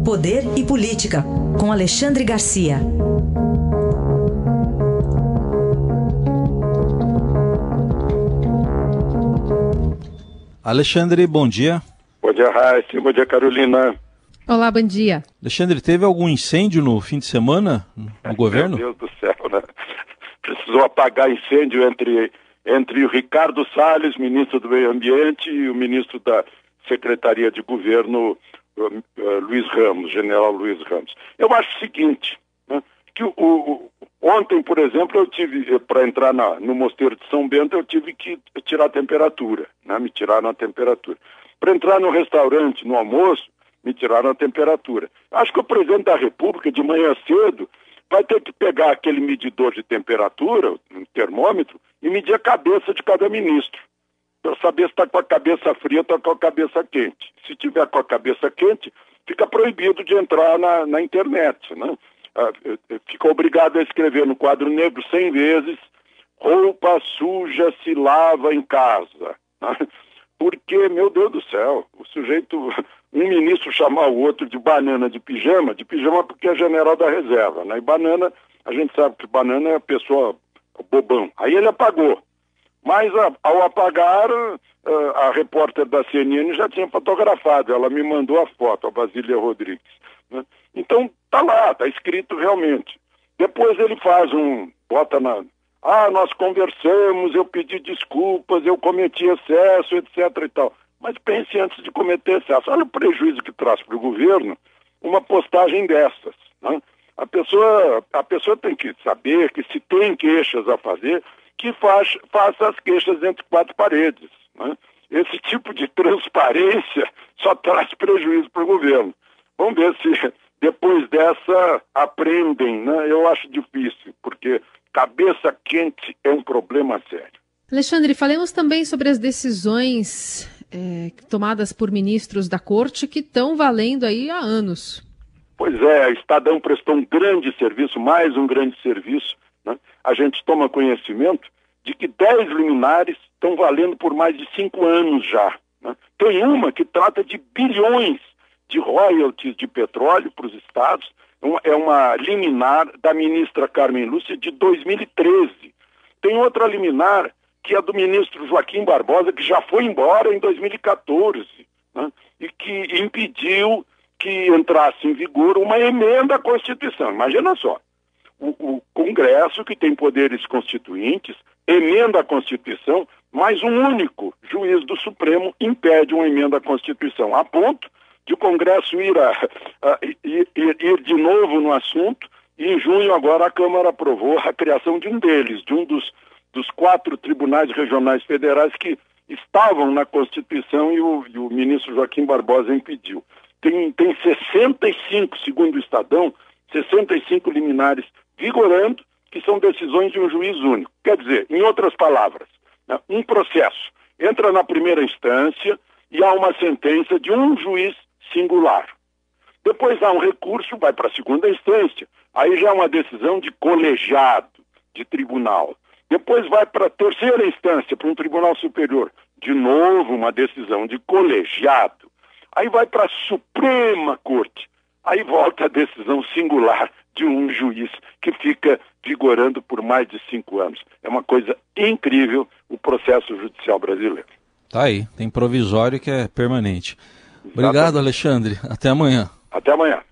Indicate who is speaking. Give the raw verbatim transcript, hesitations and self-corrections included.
Speaker 1: Poder e Política, com Alexandre Garcia.
Speaker 2: Alexandre, bom dia.
Speaker 3: Bom dia, Raíssa. Bom dia, Carolina.
Speaker 4: Olá, bom dia.
Speaker 2: Alexandre, teve algum incêndio no fim de semana no é, governo?
Speaker 3: Meu Deus do céu, né? Precisou apagar incêndio entre, entre o Ricardo Salles, ministro do Meio Ambiente, e o ministro da Secretaria de Governo, uh, uh, Luiz Ramos, general Luiz Ramos. Eu acho o seguinte, né, que o, o, ontem, por exemplo, eu tive, para entrar na, no Mosteiro de São Bento, eu tive que tirar a temperatura, né, me tiraram a temperatura. Para entrar no restaurante, no almoço, me tiraram a temperatura. Acho que o presidente da República, de manhã cedo, vai ter que pegar aquele medidor de temperatura, um termômetro, e medir a cabeça de cada ministro, para saber se está com a cabeça fria ou está com a cabeça quente. Se tiver com a cabeça quente, fica proibido de entrar na, na internet, né? Ah, fica obrigado a escrever no quadro negro cem vezes: roupa suja se lava em casa. Né? Porque, meu Deus do céu, o sujeito, um ministro chamar o outro de banana de pijama, de pijama porque é general da reserva, né? E banana, a gente sabe que banana é a pessoa bobão. Aí ele apagou. Mas a, ao apagar, a, a repórter da C N N já tinha fotografado, ela me mandou a foto, a Basília Rodrigues. Né? Então, tá lá, tá escrito realmente. Depois ele faz um, bota na... Ah, nós conversamos, eu pedi desculpas, eu cometi excesso, etc e tal. Mas pense antes de cometer excesso. Olha o prejuízo que traz para o governo uma postagem dessas. Né? A pessoa, a pessoa tem que saber que se tem queixas a fazer, que faz, faça as queixas entre quatro paredes. Né? Esse tipo de transparência só traz prejuízo para o governo. Vamos ver se depois dessa aprendem, né? Eu acho difícil, porque cabeça quente é um problema sério.
Speaker 4: Alexandre, falemos também sobre as decisões é, tomadas por ministros da Corte que estão valendo aí há anos.
Speaker 3: Pois é, a Estadão prestou um grande serviço, mais um grande serviço. Né? A gente toma conhecimento de que dez liminares estão valendo por mais de cinco anos já. Né? Tem uma que trata de bilhões de royalties de petróleo para os estados. É uma liminar da ministra Carmen Lúcia de dois mil e treze. Tem outra liminar que é do ministro Joaquim Barbosa, que já foi embora em dois mil e quatorze, né? E que impediu que entrasse em vigor uma emenda à Constituição. Imagina só, o, o Congresso, que tem poderes constituintes, emenda a Constituição, mas um único juiz do Supremo impede uma emenda à Constituição, a ponto de o Congresso ir, a, a, ir, ir de novo no assunto, e em junho agora a Câmara aprovou a criação de um deles, de um dos, dos quatro tribunais regionais federais que estavam na Constituição e o, e o ministro Joaquim Barbosa impediu. Tem, tem sessenta e cinco, segundo o Estadão, sessenta e cinco liminares vigorando, que são decisões de um juiz único. Quer dizer, em outras palavras, né, um processo entra na primeira instância e há uma sentença de um juiz singular. Depois há um recurso, vai para a segunda instância. Aí já é uma decisão de colegiado, de tribunal. Depois vai para a terceira instância, para um tribunal superior. De novo, uma decisão de colegiado. Aí vai para a Suprema Corte. Aí volta a decisão singular de um juiz que fica vigorando por mais de cinco anos. É uma coisa incrível o processo judicial brasileiro.
Speaker 2: Tá aí, tem provisório que é permanente. Obrigado, Alexandre. Até amanhã.
Speaker 3: Até amanhã.